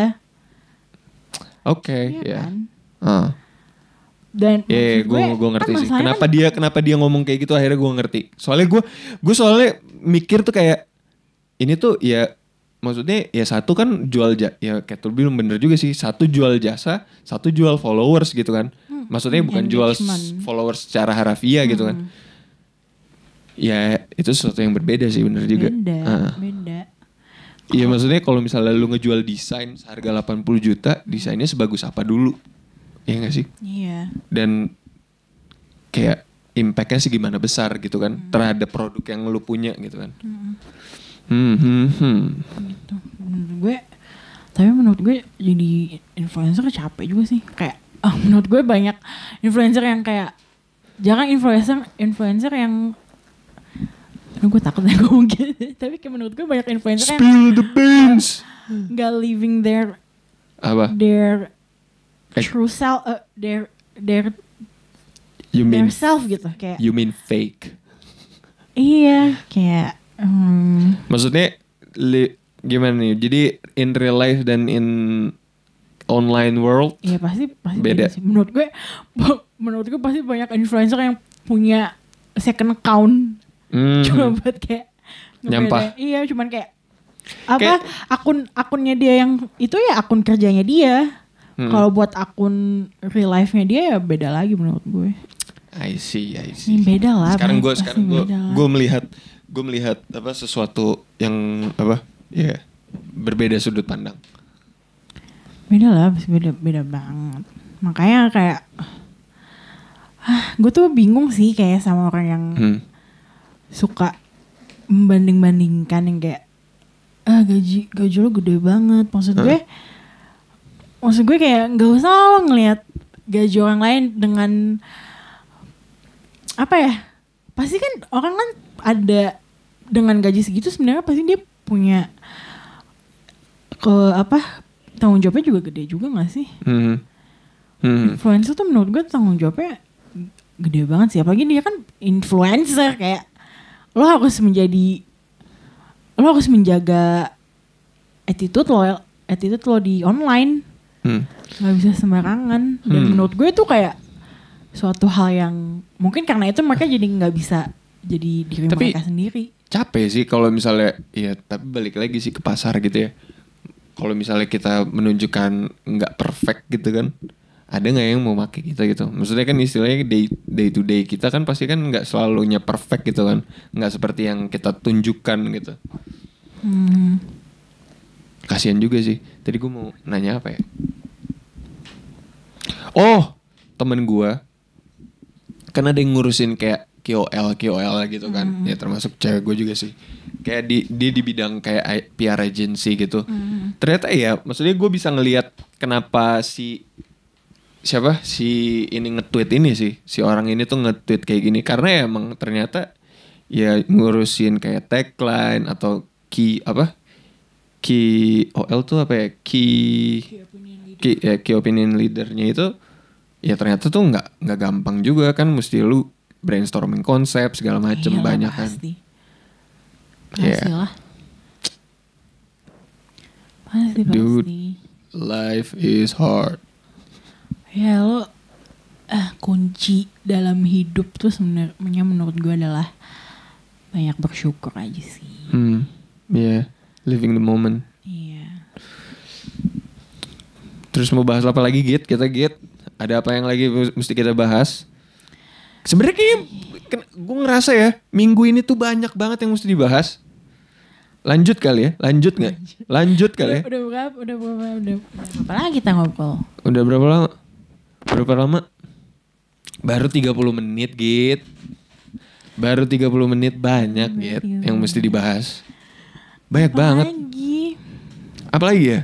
Oke, okay, ya. Yeah. Kan? Uh. Dan yeah, gue gue ngerti kan sih. Kenapa kan, dia kenapa dia ngomong kayak gitu, akhirnya gue ngerti. Soalnya gue gue soalnya mikir tuh kayak ini tuh ya. Maksudnya ya satu kan jual jasa, ya kayak tuh bilang bener juga sih. Satu jual jasa, satu jual followers gitu kan. Hmm, Maksudnya bukan jual followers secara harafiah hmm. gitu kan. Ya itu sesuatu yang berbeda sih, bener juga. Beda, uh. beda. Iya maksudnya kalau misalnya lu ngejual desain seharga delapan puluh juta, desainnya sebagus apa dulu? Iya gak sih? Iya. Dan kayak impactnya sih gimana besar gitu kan. Hmm. Terhadap produk yang lu punya gitu kan. Hmm. Hmm, hmm, hmm. Gitu. Menurut gue, tapi menurut gue jadi influencer capek juga sih. Kayak, oh, menurut gue banyak influencer yang kayak, jangan influencer influencer yang, aduh gue takut ya ngomong gitu. Tapi kayak menurut gue banyak influencer Spill yang the beans. Gak living their, apa? Their true self, uh, their their you their mean, self gitu. Kayak. You mean fake? Iya, kayak. Hmm. Maksudnya li, gimana nih? Jadi in real life dan in online world? Iya pasti pasti beda. beda sih. Menurut gue, menurut gue pasti banyak influencer yang punya second account hmm. cuma buat kayak nyampah. Iya, cuman kayak apa kayak, akun akunnya dia yang itu ya akun kerjanya dia. Hmm. Kalau buat akun real life-nya dia ya beda lagi menurut gue. I see, I see. Ini beda lah. Sekarang gue sekarang gue gue melihat gue melihat apa sesuatu yang apa ya yeah, berbeda sudut pandang. Beda lah, beda beda banget. Makanya kayak ah, gue tuh bingung sih kayak sama orang yang hmm. suka membanding-bandingkan yang kayak ah gaji gaji lo gede banget. Maksud gue huh? maksud gue kayak nggak usah lo ngelihat gaji orang lain dengan apa ya? Pasti kan orang kan ada dengan gaji segitu sebenarnya pasti dia punya ke apa tanggung jawabnya juga gede juga nggak sih? Hmm. Hmm. Influencer tuh menurut gue tanggung jawabnya gede banget sih. Apalagi dia kan influencer kayak lo harus menjadi lo harus menjaga attitude lo attitude lo di online. Hmm. Gak bisa sembarangan. Dan hmm. menurut gue tuh kayak suatu hal yang mungkin karena itu mereka jadi nggak bisa jadi diri tapi, mereka sendiri. Capek sih kalau misalnya, ya tapi balik lagi sih ke pasar gitu ya. Kalau misalnya kita menunjukkan nggak perfect gitu kan, ada nggak yang mau pakai kita gitu? Maksudnya kan istilahnya day, day to day kita kan pasti kan nggak selalunya perfect gitu kan, nggak seperti yang kita tunjukkan gitu. Hmm. Kasian juga sih. Tadi gue mau nanya apa ya? Oh, temen gue kan ada yang ngurusin kayak K O L K O L gitu kan, mm. ya termasuk cewek gue juga sih. Kayak di dia di bidang kayak P R agency gitu. Mm. Ternyata ya, maksudnya gue bisa ngelihat kenapa si siapa si ini nge-tweet ini sih, si orang ini tuh nge-tweet kayak gini karena ya emang ternyata ya ngurusin kayak tagline atau key apa key O L tuh apa ya key key, ya, key opinion leadernya itu ya ternyata tuh nggak nggak gampang juga kan, mesti lu brainstorming konsep segala macem. Iyalah, banyak pasti. Kan pasti lah pasti dude, pasti life is hard ya. Lo eh, kunci dalam hidup tuh sebenarnya menurut gue adalah banyak bersyukur aja sih. hmm yeah, living the moment. Iya. Yeah. Terus mau bahas apa lagi Git? Kita Git, ada apa yang lagi mesti kita bahas? Sebenarnya kayak gue ngerasa ya minggu ini tuh banyak banget yang mesti dibahas. Lanjut kali ya? Lanjut nggak? Lanjut kali ya? Udah berapa? Udah berapa? Udah berapa lagi kita ngobrol? Udah berapa lama? Berapa lama? Baru tiga puluh menit Git. Baru tiga puluh menit banyak Git yang mesti dibahas. Banyak apa banget. Lagi? Apa lagi ya?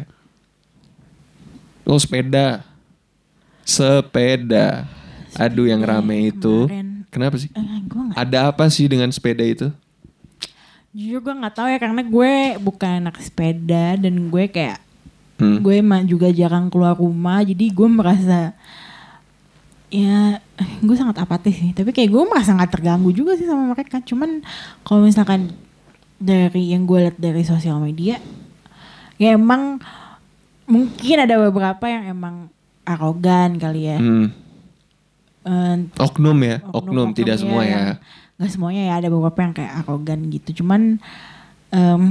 Oh sepeda. Sepeda. Aduh yang rame itu. Kemarin. Kenapa sih? Eh, gua gak... Ada apa sih dengan sepeda itu? Jujur gue nggak tahu ya karena gue bukan anak sepeda dan gue kayak hmm. gue emang juga jarang keluar rumah, jadi gue merasa ya gue sangat apatis sih. Tapi kayak gue merasa nggak terganggu juga sih sama mereka. Cuman kalau misalkan dari yang gue lihat dari sosial media, ya emang mungkin ada beberapa yang emang arogan kali ya. Hmm. Uh, oknum ya, oknum, oknum tidak ya, semua ya. Gak semuanya ya, ada beberapa yang kayak arogan gitu. Cuman um,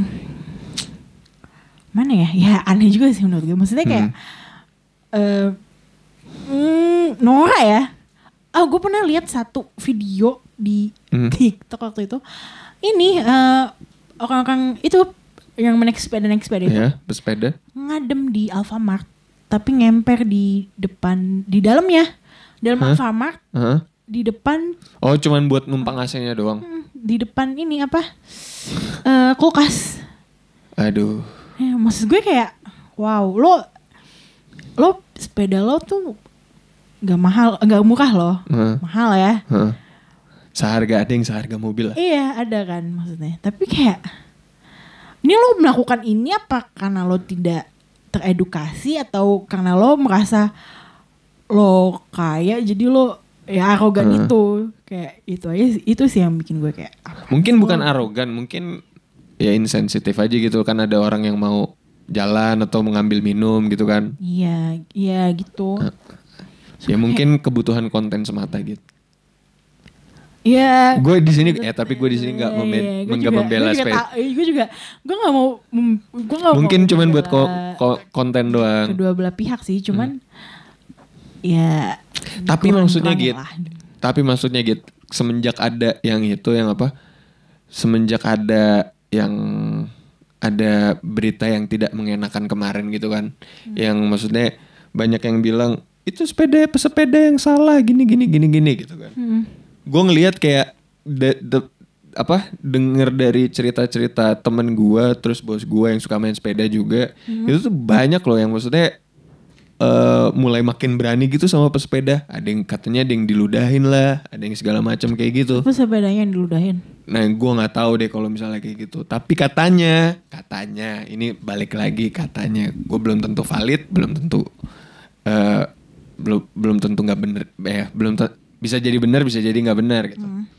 mana ya? Ya aneh juga sih menurut gue. Maksudnya kayak hmm. uh, mm, Nora ya. Ah, gue pernah lihat satu video di hmm. TikTok waktu itu. Ini uh, orang-orang itu yang naik sepeda naik sepeda itu. Ya, bersepeda. Ngadem di Alfamart, tapi ngemper di depan di dalamnya. Dalam huh? Alfamart huh? Di depan. Oh cuman buat numpang A C-nya doang. Di depan ini apa uh, kulkas. Aduh ya, maksud gue kayak wow, lo lo sepeda lo tuh gak mahal, gak murah loh. huh? Mahal ya. huh? Seharga, ada yang seharga mobil lah. Iya ada kan maksudnya. Tapi kayak ini lo melakukan ini apa karena lo tidak teredukasi atau karena lo merasa lo kaya jadi lo ya arogan hmm. itu kayak itu aja, itu sih yang bikin gue kayak apa? Mungkin bukan arogan, mungkin ya insensitif aja gitu kan, ada orang yang mau jalan atau mengambil minum gitu kan. Iya iya gitu. Nah, ya mungkin kayak, kebutuhan konten semata gitu. Iya. Gue di sini ya tapi gue di sini nggak iya, mem- nggak membela sepeda. Gue juga gue nggak mau gue nggak mungkin mau cuman buat ko- ko- konten doang. Kedua belah pihak sih, cuman hmm. ya tapi maksudnya gitu tapi maksudnya gitu semenjak ada yang itu yang apa semenjak ada yang ada berita yang tidak mengenakan kemarin gitu kan, hmm. yang maksudnya banyak yang bilang itu sepeda pesepeda yang salah gini gini gini gini gitu kan. hmm. Gue ngelihat kayak de, de, apa denger dari cerita-cerita temen gue terus bos gue yang suka main sepeda juga, hmm. itu tuh banyak loh yang maksudnya Uh, mulai makin berani gitu sama pesepeda. Ada yang katanya ada yang diludahin lah, ada yang segala macam kayak gitu. Pesepedanya yang diludahin. Nah, gue nggak tahu deh kalau misalnya kayak gitu. Tapi katanya, katanya ini balik lagi katanya. Gue belum tentu valid, belum tentu, uh, belum belum tentu nggak bener. Eh, belum te- bisa jadi benar, bisa jadi nggak benar gitu. Hmm.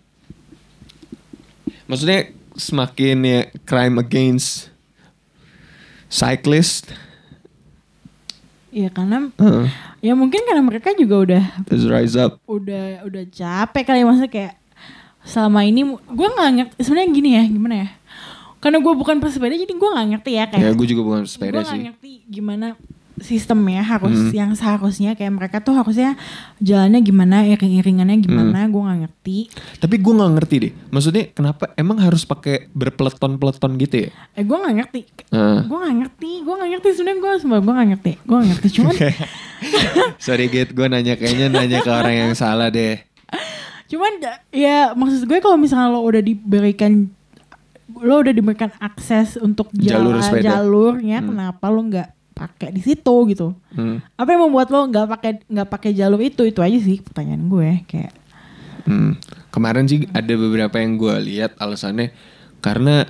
Maksudnya semakin ya crime against cyclist Ya karena Uh, ya mungkin karena mereka juga udah let's rise up. udah udah capek kali, maksudnya kayak selama ini gue nggak ngerti sebenarnya gini ya, gimana ya, karena gue bukan pesepeda jadi gue nggak ngerti ya kayak Ya gue juga bukan sepeda gue sih. nggak ngerti gimana sistemnya harus Hmm. yang seharusnya kayak mereka tuh harusnya jalannya gimana, iring-iringannya gimana, gue nggak ngerti. Tapi gue nggak ngerti deh. Maksudnya kenapa emang harus pakai berpeleton-peleton gitu ya? Eh gue nggak ngerti, Uh. gue nggak ngerti, gue nggak ngerti sebenarnya gue semua gue nggak ngerti, gue nggak ngerti cuman Sorry Git, gue nanya kayaknya nanya ke orang yang salah deh. cuman ya maksud gue kalau misalnya lo udah diberikan lo udah diberikan akses untuk Jalur jalan sepeda. jalurnya, Hmm. kenapa lo nggak pakai di situ gitu? Hmm. Apa yang membuat lo nggak pakai nggak pakai jalur itu? Itu aja sih pertanyaan gue kayak. Hmm. Kemarin sih ada beberapa yang gue lihat alasannya karena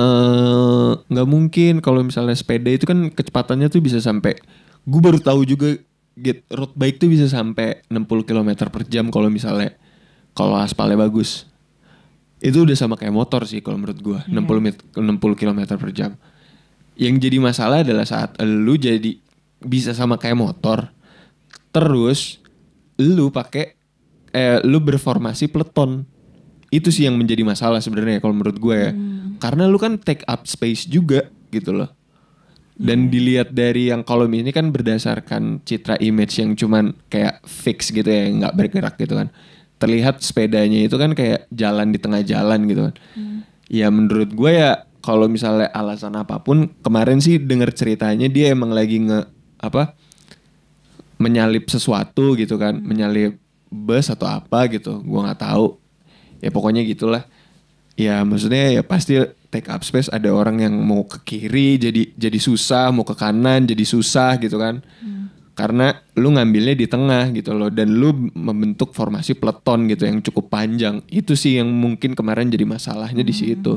eh, nggak mungkin kalau misalnya sepeda itu kan kecepatannya tuh bisa sampai, gue baru tahu juga Git, road bike tuh bisa sampai enam puluh kilometer per jam kalau misalnya kalau aspalnya bagus. Itu udah sama kayak motor sih kalau menurut gue, enam puluh mit- enam puluh kilometer per jam. Yang jadi masalah adalah saat lu jadi bisa sama kayak motor, terus lu pakai eh lu berformasi peleton. Itu sih yang menjadi masalah sebenarnya kalau menurut gue ya. Hmm. Karena lu kan take up space juga gitu loh. Dan dilihat dari yang kolom ini kan berdasarkan citra image yang cuman kayak fix gitu ya, nggak bergerak gitu kan. Terlihat sepedanya itu kan kayak jalan di tengah jalan gitu kan. Hmm. Ya menurut gue ya kalau misalnya alasan apapun, kemarin sih denger ceritanya dia emang lagi nge apa menyalip sesuatu gitu kan, menyalip bus atau apa gitu, gue nggak tahu. Ya pokoknya gitulah. Ya maksudnya ya pasti take up space, ada orang yang mau ke kiri jadi jadi susah, mau ke kanan jadi susah gitu kan. Hmm. Karena lu ngambilnya di tengah gitu loh, dan lu membentuk formasi peleton gitu yang cukup panjang. Itu sih yang mungkin kemarin jadi masalahnya di situ.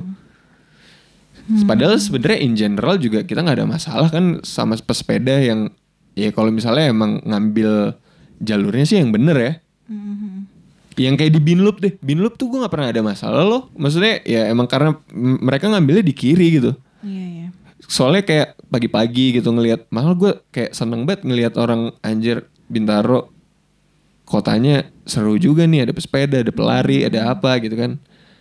Padahal sebenarnya in general juga kita nggak ada masalah kan sama pesepeda yang ya kalau misalnya emang ngambil jalurnya sih yang bener ya. Hmm. Yang kayak di Binloop deh, Binloop tuh gue nggak pernah ada masalah loh. Maksudnya ya emang karena m- mereka ngambilnya di kiri gitu. Iya iya. Soalnya kayak pagi-pagi gitu ngelihat, malah gue kayak seneng banget ngelihat orang anjir Bintaro kotanya seru juga nih, ada pesepeda, ada pelari, ada apa gitu kan.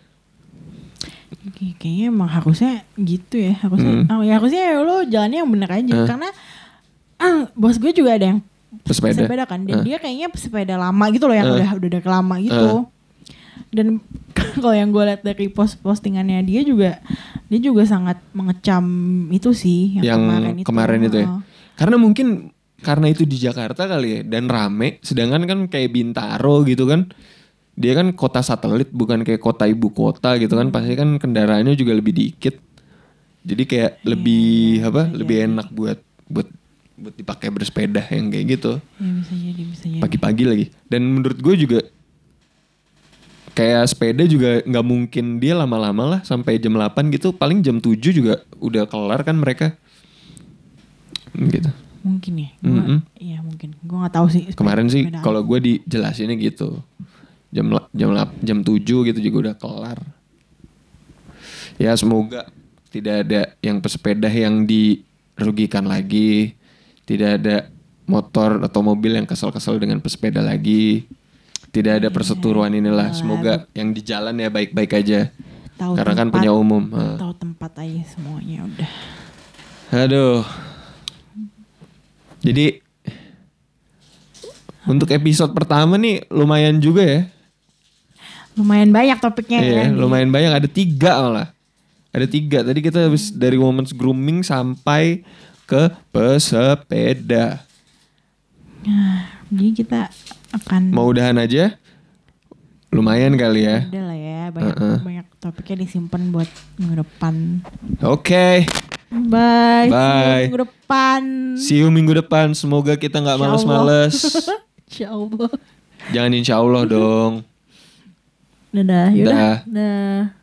Kay- Kayaknya emang harusnya gitu ya, harusnya. Hmm. Oh, ya harusnya lo jalannya yang bener aja, Eh. karena ah, bos gue juga ada yang Pesepeda. pesepeda kan, dan Eh. dia kayaknya pesepeda lama gitu loh yang Eh. udah udah dari lama gitu. Dan kalau yang gue lihat dari post postingannya dia juga, dia juga sangat mengecam itu sih yang, Yang kemarin itu. kemarin itu ya. Heeh. Karena mungkin karena itu di Jakarta kali ya, dan rame. Sedangkan kan kayak Bintaro gitu kan, dia kan kota satelit, bukan kayak kota ibu kota gitu kan. Pasti kan kendaraannya juga lebih dikit. Jadi kayak lebih apa? bisa Lebih jadi. enak buat buat buat dipakai bersepeda yang kayak gitu. Ya bisa jadi, bisa jadi. Pagi-pagi lagi. Dan menurut gue juga kayak sepeda juga nggak mungkin dia lama-lama lah sampai jam delapan gitu. Paling jam tujuh juga udah kelar kan mereka. Gitu. Mungkin ya. Gua, Mm-mm. Iya mungkin. Gue nggak tahu sih. sepeda- Kemarin sih sepedaan. kalau gue dijelasinnya gitu. Jam la- jam lap- jam tujuh gitu juga udah kelar. Ya semoga tidak ada yang pesepeda yang dirugikan lagi. Tidak ada motor atau mobil yang kesel-kesel dengan pesepeda lagi. Tidak ada perseteruan inilah. Semoga yang di jalan ya baik-baik aja. Tahu Karena kan tempat, punya umum. Heeh. tahu tempat aja semuanya udah. Aduh. Jadi untuk episode pertama nih lumayan juga ya. Lumayan banyak topiknya Iya, kan. lumayan banyak. Ada tiga malah. Ada tiga. Tadi kita habis dari moments grooming sampai ke pesepeda. Jadi kita akan Mau udahan aja? Lumayan kali ya. udah lah ya, banyak Uh-uh. banyak topiknya disimpan buat minggu depan. Oke. Bye. See you Bye. minggu depan. See you minggu depan. Semoga kita nggak Insya Allah. males-males. Insya Allah. Jangan insya Allah dong. Dadah. Yaudah. Dah. Dah.